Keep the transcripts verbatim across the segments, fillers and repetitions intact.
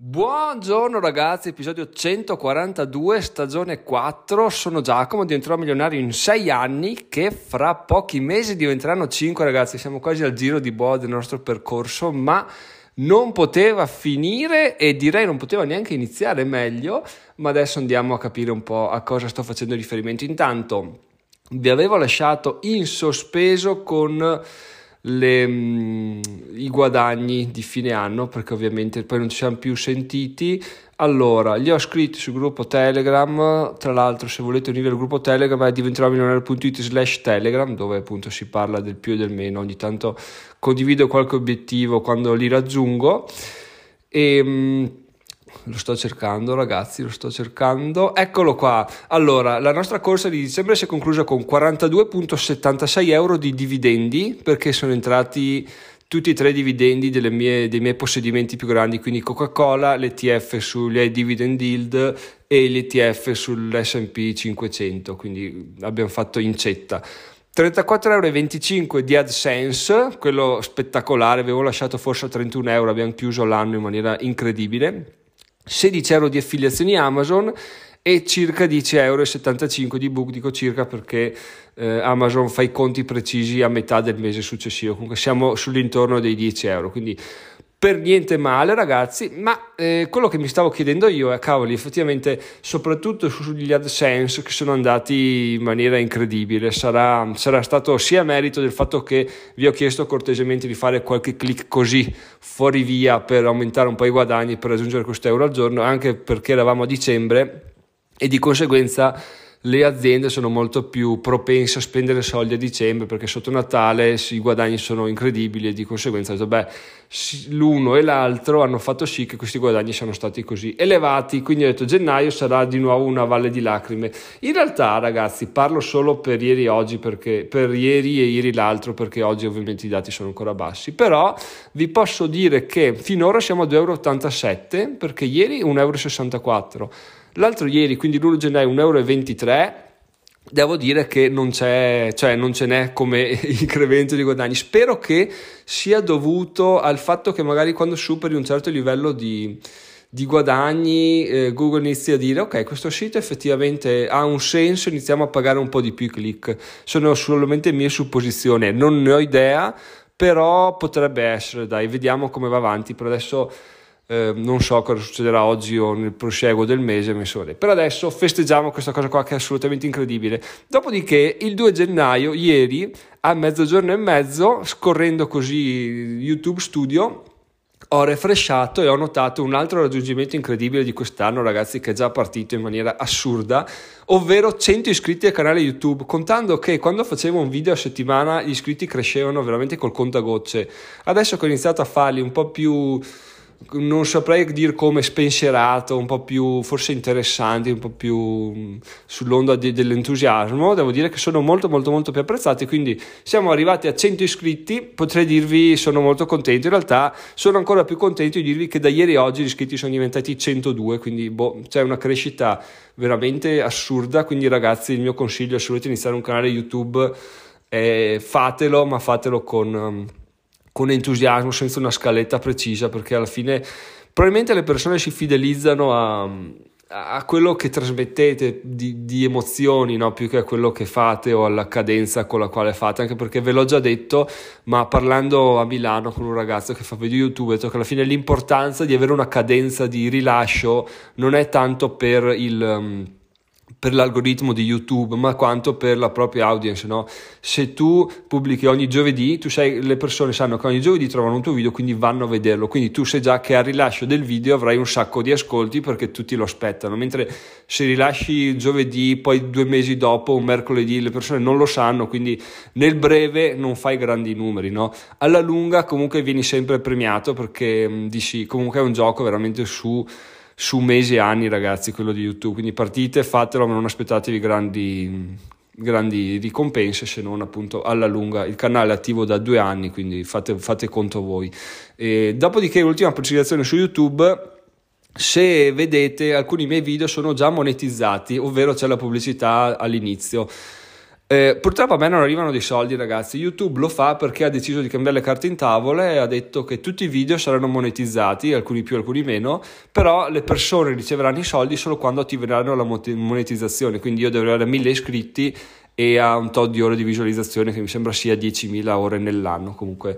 Buongiorno ragazzi, episodio centoquarantadue, stagione quattro. Sono Giacomo, diventerò milionario in sei anni che fra pochi mesi diventeranno cinque. Ragazzi, siamo quasi al giro di boa del nostro percorso, ma non poteva finire e direi non poteva neanche iniziare meglio. Ma adesso andiamo a capire un po' a cosa sto facendo riferimento. Intanto vi avevo lasciato in sospeso con Le, mh, i guadagni di fine anno, perché ovviamente poi non ci siamo più sentiti. Allora, li ho scritti sul gruppo Telegram. Tra l'altro, se volete unire al gruppo Telegram è diventerò milionario punto it slash Telegram, dove appunto si parla del più e del meno. Ogni tanto condivido qualche obiettivo quando li raggiungo e mh, lo sto cercando ragazzi, lo sto cercando, eccolo qua. Allora, la nostra corsa di dicembre si è conclusa con quarantadue virgola settantasei euro di dividendi, perché sono entrati tutti e tre i dividendi delle mie, dei miei possedimenti più grandi, quindi Coca-Cola, l'E T F sugli dividend yield e l'E T F sull'S and P cinquecento, quindi abbiamo fatto incetta. trentaquattro virgola venticinque euro di AdSense, quello spettacolare, avevo lasciato forse a trentuno euro, abbiamo chiuso l'anno in maniera incredibile. sedici euro di affiliazioni Amazon e circa dieci virgola settantacinque euro di book, dico circa perché eh, Amazon fa i conti precisi a metà del mese successivo, comunque siamo sull'intorno dei dieci euro, quindi per niente male ragazzi. Ma eh, quello che mi stavo chiedendo io è, cavoli, effettivamente soprattutto sugli AdSense che sono andati in maniera incredibile, sarà, sarà stato sia merito del fatto che vi ho chiesto cortesemente di fare qualche click così fuori via per aumentare un po' i guadagni, per raggiungere questo euro al giorno, anche perché eravamo a dicembre e di conseguenza le aziende sono molto più propense a spendere soldi a dicembre, perché sotto Natale i guadagni sono incredibili e di conseguenza ho detto, beh, l'uno e l'altro hanno fatto sì che questi guadagni siano stati così elevati, quindi ho detto gennaio sarà di nuovo una valle di lacrime. In realtà ragazzi parlo solo per ieri e oggi, perché per ieri e ieri l'altro, perché oggi ovviamente i dati sono ancora bassi, però vi posso dire che finora siamo a due virgola ottantasette euro, perché ieri uno virgola sessantaquattro euro, l'altro ieri, quindi l'primo gennaio, uno virgola ventitré euro. Devo dire che non c'è, cioè non ce n'è come incremento di guadagni. Spero che sia dovuto al fatto che magari quando superi un certo livello di, di guadagni eh, Google inizi a dire ok, questo sito effettivamente ha un senso, iniziamo a pagare un po' di più i click. Sono solamente mie supposizioni, non ne ho idea, però potrebbe essere, dai, vediamo come va avanti. Per adesso Eh, non so cosa succederà oggi o nel prosieguo del mese, per adesso festeggiamo questa cosa qua che è assolutamente incredibile. Dopodiché il due gennaio, ieri a mezzogiorno e mezzo, scorrendo così YouTube Studio, ho refreshato e ho notato un altro raggiungimento incredibile di quest'anno ragazzi, che è già partito in maniera assurda, ovvero cento iscritti al canale YouTube, contando che quando facevo un video a settimana gli iscritti crescevano veramente col contagocce. Adesso che ho iniziato a farli un po' più, non saprei dire come, spensierato, un po' più forse interessanti, un po' più sull'onda de- dell'entusiasmo, devo dire che sono molto molto molto più apprezzati, quindi siamo arrivati a cento iscritti, potrei dirvi sono molto contento. In realtà sono ancora più contento di dirvi che da ieri a oggi gli iscritti sono diventati centodue, quindi boh, c'è una crescita veramente assurda. Quindi ragazzi, il mio consiglio è, se volete iniziare un canale YouTube, eh, fatelo, ma fatelo con um, con entusiasmo, senza una scaletta precisa, perché alla fine probabilmente le persone si fidelizzano a, a quello che trasmettete di, di emozioni, no? Più che a quello che fate o alla cadenza con la quale fate, anche perché ve l'ho già detto, ma parlando a Milano con un ragazzo che fa video YouTube, ho detto che alla fine l'importanza di avere una cadenza di rilascio non è tanto per il... Um, per l'algoritmo di YouTube, ma quanto per la propria audience, no? Se tu pubblichi ogni giovedì, tu sai, le persone sanno che ogni giovedì trovano un tuo video, quindi vanno a vederlo, quindi tu sai già che al rilascio del video avrai un sacco di ascolti perché tutti lo aspettano, mentre se rilasci giovedì, poi due mesi dopo, un mercoledì, le persone non lo sanno, quindi nel breve non fai grandi numeri, no? Alla lunga comunque vieni sempre premiato, perché mh, dici, comunque è un gioco veramente su su mesi e anni ragazzi, quello di YouTube, quindi partite, fatelo, ma non aspettatevi grandi grandi ricompense, se non appunto alla lunga. Il canale è attivo da due anni, quindi fate, fate conto voi. E dopodiché, ultima precisazione su YouTube: se vedete, alcuni miei video sono già monetizzati, ovvero c'è la pubblicità all'inizio. Eh, purtroppo a me non arrivano dei soldi, ragazzi. YouTube lo fa perché ha deciso di cambiare le carte in tavola e ha detto che tutti i video saranno monetizzati, alcuni più, alcuni meno, però le persone riceveranno i soldi solo quando attiveranno la monetizzazione. Quindi io devo avere mille iscritti e ha un tot di ore di visualizzazione che mi sembra sia diecimila ore nell'anno. Comunque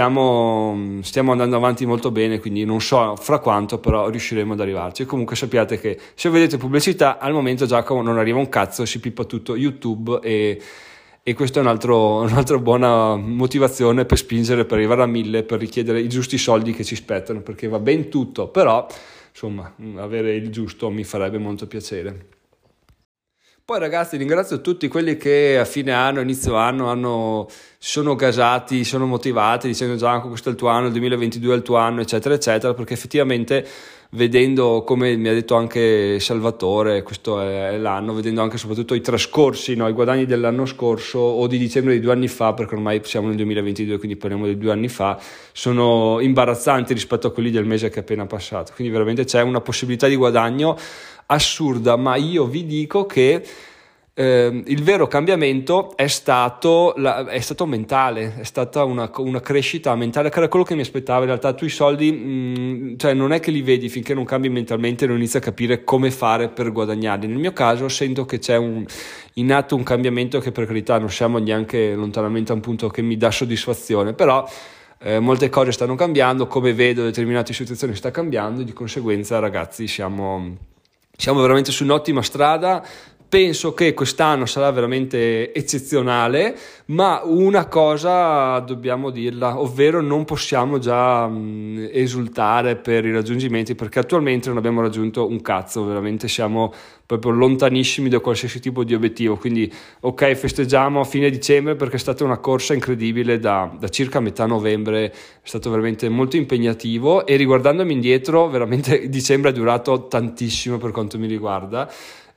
siamo, stiamo andando avanti molto bene, quindi non so fra quanto, però riusciremo ad arrivarci. E comunque sappiate che se vedete pubblicità, al momento Giacomo non arriva un cazzo, si pippa tutto YouTube e, e questo è un altro, un'altra buona motivazione per spingere, per arrivare a mille, per richiedere i giusti soldi che ci spettano, perché va ben tutto, però insomma avere il giusto mi farebbe molto piacere. Poi ragazzi, ringrazio tutti quelli che a fine anno, inizio anno hanno, sono gasati, sono motivati dicendo Gianco questo è il tuo anno, il duemilaventidue è il tuo anno, eccetera eccetera, perché effettivamente vedendo, come mi ha detto anche Salvatore, questo è l'anno, vedendo anche soprattutto i trascorsi, no, i guadagni dell'anno scorso o di dicembre di due anni fa, perché ormai siamo nel duemilaventidue, quindi parliamo di due anni fa, sono imbarazzanti rispetto a quelli del mese che è appena passato, quindi veramente c'è una possibilità di guadagno assurda, ma io vi dico che eh, il vero cambiamento è stato, la, è stato mentale, è stata una, una crescita mentale, che era quello che mi aspettavo. In realtà tu i soldi, mh, cioè non è che li vedi finché non cambi mentalmente e non inizi a capire come fare per guadagnarli. Nel mio caso sento che c'è un, in atto un cambiamento che per carità non siamo neanche lontanamente a un punto che mi dà soddisfazione, però Eh, molte cose stanno cambiando, come vedo determinate situazioni sta cambiando e di conseguenza ragazzi siamo, siamo veramente su un'ottima strada. Penso che quest'anno sarà veramente eccezionale, ma una cosa dobbiamo dirla, ovvero non possiamo già mh, esultare per i raggiungimenti, perché attualmente non abbiamo raggiunto un cazzo, veramente siamo proprio lontanissimi da qualsiasi tipo di obiettivo. Quindi ok, festeggiamo a fine dicembre perché è stata una corsa incredibile da, da circa metà novembre, è stato veramente molto impegnativo e riguardandomi indietro veramente dicembre è durato tantissimo per quanto mi riguarda.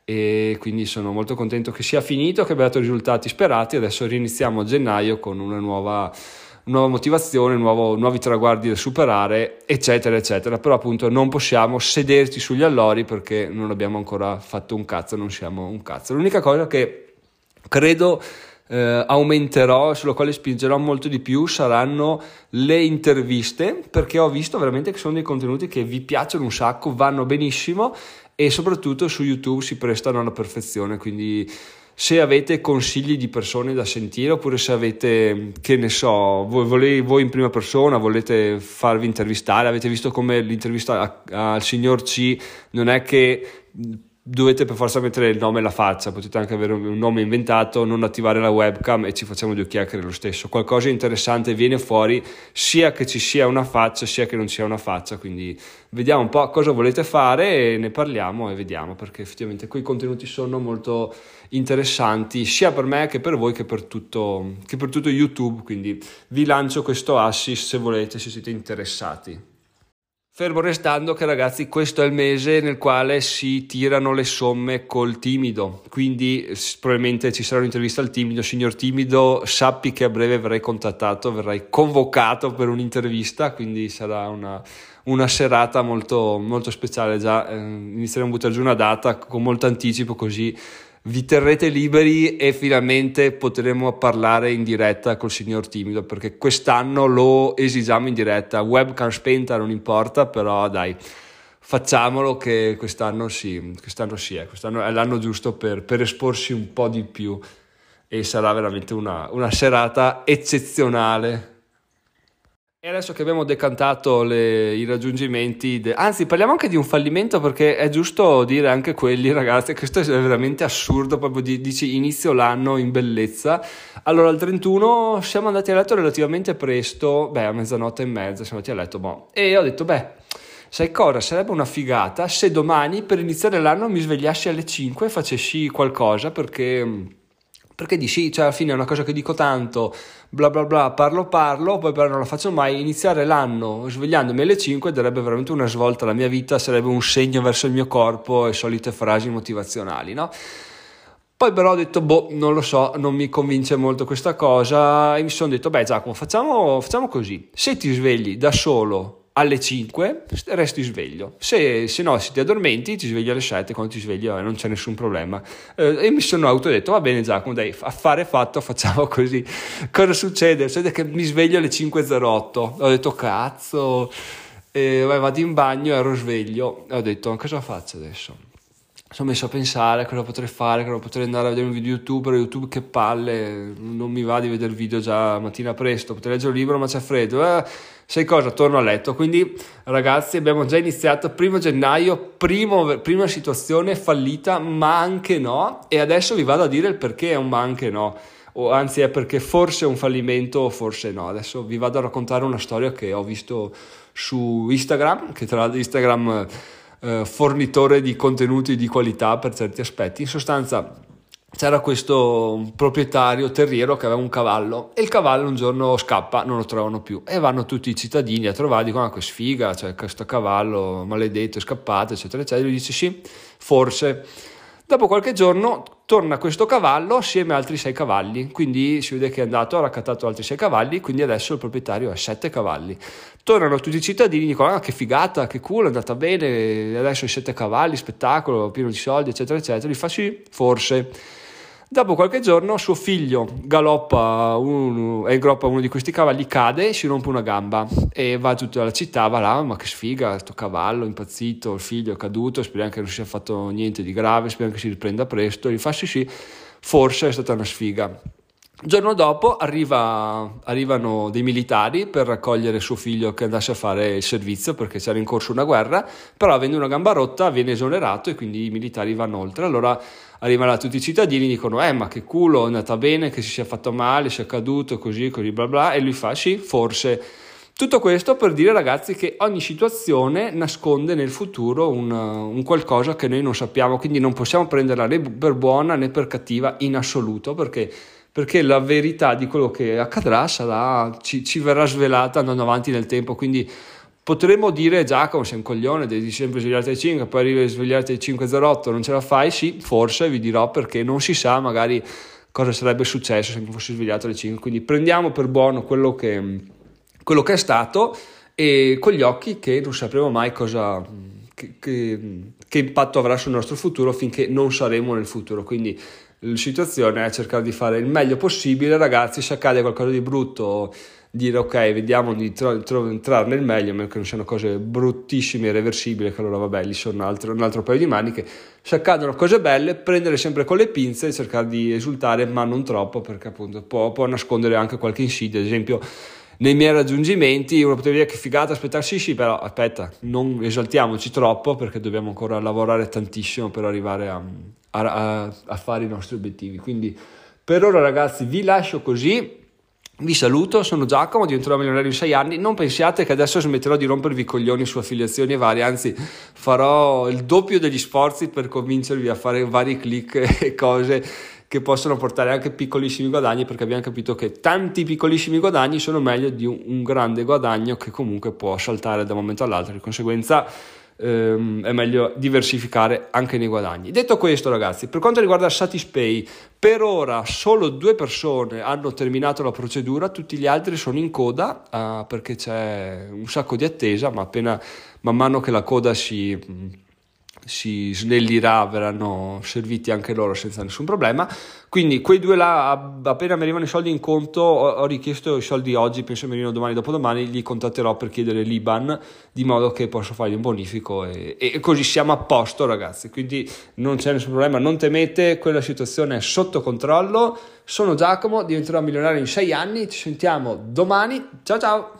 E quindi sono molto contento che sia finito, che abbia dato i risultati sperati. Adesso riniziamo a gennaio con una nuova, nuova motivazione, nuovo, nuovi traguardi da superare, eccetera eccetera, però appunto non possiamo sederci sugli allori perché non abbiamo ancora fatto un cazzo, non siamo un cazzo. L'unica cosa che credo eh, aumenterò, sulla quale spingerò molto di più, saranno le interviste, perché ho visto veramente che sono dei contenuti che vi piacciono un sacco, vanno benissimo e soprattutto su YouTube si prestano alla perfezione. Quindi se avete consigli di persone da sentire, oppure se avete, che ne so, voi, voi, voi in prima persona volete farvi intervistare, avete visto come l'intervista a, al signor C non è che dovete per forza mettere il nome e la faccia, potete anche avere un nome inventato, non attivare la webcam e ci facciamo due chiacchiere lo stesso. Qualcosa interessante viene fuori, sia che ci sia una faccia sia che non ci sia una faccia, quindi vediamo un po' cosa volete fare e ne parliamo e vediamo, perché effettivamente quei contenuti sono molto interessanti sia per me che per voi che per tutto, che per tutto YouTube, quindi vi lancio questo assist se volete, se siete interessati. Fermo restando che ragazzi questo è il mese nel quale si tirano le somme col Timido, quindi probabilmente ci sarà un'intervista al Timido. Signor Timido, sappi che a breve verrai contattato, verrai convocato per un'intervista, quindi sarà una, una serata molto, molto speciale. Già eh, inizieremo a buttare giù una data con molto anticipo, così vi terrete liberi e finalmente potremo parlare in diretta col signor Timido, perché quest'anno lo esigiamo in diretta. Webcam spenta non importa, però dai, facciamolo che quest'anno sì, quest'anno sì è, quest'anno è l'anno giusto per, per esporsi un po' di più e sarà veramente una, una serata eccezionale. E adesso che abbiamo decantato le, i raggiungimenti, de... anzi parliamo anche di un fallimento, perché è giusto dire anche quelli, ragazzi, questo è veramente assurdo, proprio di, dici inizio l'anno in bellezza. Allora, il trentuno siamo andati a letto relativamente presto, beh a mezzanotte e mezza siamo andati a letto, boh. E ho detto, beh, sai cosa, sarebbe una figata se domani per iniziare l'anno mi svegliassi alle cinque e facessi qualcosa, perché... perché dici, cioè alla fine è una cosa che dico tanto, bla bla bla, parlo parlo, poi però non la faccio mai. Iniziare l'anno svegliandomi alle cinque darebbe veramente una svolta alla mia vita, sarebbe un segno verso il mio corpo e solite frasi motivazionali, no? Poi però ho detto, boh, non lo so, non mi convince molto questa cosa e mi sono detto, beh Giacomo, facciamo, facciamo così, se ti svegli da solo alle cinque resti sveglio, se, se no se ti addormenti ti svegli alle sette, quando ti svegli eh, non c'è nessun problema. Eh, e mi sono autodetto, va bene Giacomo, dai, affare fatto, facciamo così. Cosa succede? Succede che mi sveglio alle cinque e zero otto, ho detto cazzo, e vado in bagno, ero sveglio e ho detto cosa faccio adesso? Sono messo a pensare cosa potrei fare, cosa potrei andare a vedere un video YouTube, però YouTube che palle, non mi va di vedere il video già mattina presto, potrei leggere un libro ma c'è freddo, eh, sai cosa, torno a letto. Quindi ragazzi abbiamo già iniziato primo gennaio, primo, prima situazione fallita, ma anche no, e adesso vi vado a dire il perché è un ma anche no, o anzi è perché forse è un fallimento o forse no. Adesso vi vado a raccontare una storia che ho visto su Instagram, che tra l'altro Instagram eh, fornitore di contenuti di qualità per certi aspetti. In sostanza c'era questo proprietario terriero che aveva un cavallo e il cavallo un giorno scappa, non lo trovano più e vanno tutti i cittadini a trovare, dicono ah che sfiga, cioè questo cavallo maledetto è scappato eccetera eccetera. Lui dice sì, forse. Dopo qualche giorno torna questo cavallo assieme a altri sei cavalli, quindi si vede che è andato, ha raccattato altri sei cavalli, quindi adesso il proprietario ha sette cavalli. Tornano tutti i cittadini, dicono ah che figata, che culo, è andata bene, adesso hai sette cavalli, spettacolo, pieno di soldi eccetera eccetera. Gli fa sì, forse. Dopo qualche giorno suo figlio galoppa uno, e ingroppa uno di questi cavalli, cade e si rompe una gamba e va tutta la città, va là, ma che sfiga, sto cavallo impazzito, il figlio è caduto, speriamo che non sia fatto niente di grave, speriamo che si riprenda presto. E gli fa sì sì, forse è stata una sfiga. Il giorno dopo arriva, arrivano dei militari per raccogliere suo figlio che andasse a fare il servizio perché c'era in corso una guerra, però avendo una gamba rotta viene esonerato e quindi i militari vanno oltre. Allora arrivano là tutti i cittadini, dicono eh ma che culo, è andata bene che si sia fatto male, si è caduto così così bla bla, e lui fa sì forse. Tutto questo per dire ragazzi che ogni situazione nasconde nel futuro un, un qualcosa che noi non sappiamo, quindi non possiamo prenderla né per buona né per cattiva in assoluto, perché perché la verità di quello che accadrà sarà, ci, ci verrà svelata andando avanti nel tempo. Quindi potremmo dire Giacomo sei un coglione, devi sempre svegliarti alle cinque, poi arrivi a svegliarti alle cinque e zero otto, non ce la fai. Sì, forse vi dirò perché non si sa magari cosa sarebbe successo se mi fossi svegliato alle cinque. Quindi prendiamo per buono quello che, quello che è stato e con gli occhi che non sapremo mai cosa che, che, che impatto avrà sul nostro futuro finché non saremo nel futuro. Quindi la situazione è cercare di fare il meglio possibile, ragazzi. Se accade qualcosa di brutto, dire ok, vediamo di tro- tro- trarne il meglio, ma che non siano cose bruttissime e irreversibili, che allora vabbè, lì sono un altro, un altro paio di maniche. Se accadono cose belle, prendere sempre con le pinze e cercare di esultare, ma non troppo, perché appunto può, può nascondere anche qualche insidia. Ad esempio nei miei raggiungimenti uno potrebbe dire che figata, aspetta, sì sì, però aspetta, non esaltiamoci troppo perché dobbiamo ancora lavorare tantissimo per arrivare a, a, a, a fare i nostri obiettivi. Quindi per ora ragazzi vi lascio così, vi saluto, sono Giacomo, diventerò milionario in sei anni. Non pensiate che adesso smetterò di rompervi i coglioni su affiliazioni varie, anzi farò il doppio degli sforzi per convincervi a fare vari click e cose che possono portare anche piccolissimi guadagni, perché abbiamo capito che tanti piccolissimi guadagni sono meglio di un, un grande guadagno che comunque può saltare da un momento all'altro. Di conseguenza ehm, è meglio diversificare anche nei guadagni. Detto questo ragazzi, per quanto riguarda Satispay, per ora solo due persone hanno terminato la procedura, tutti gli altri sono in coda eh, perché c'è un sacco di attesa, ma appena man mano che la coda si si snellirà verranno serviti anche loro senza nessun problema. Quindi quei due là, appena mi arrivano i soldi in conto, ho, ho richiesto i soldi oggi, penso mi arrivino domani dopodomani, li contatterò per chiedere l'I B A N di modo che posso fargli un bonifico e, e così siamo a posto ragazzi. Quindi non c'è nessun problema, non temete, quella situazione è sotto controllo. Sono Giacomo, diventerò milionario in sei anni, ci sentiamo domani, ciao ciao.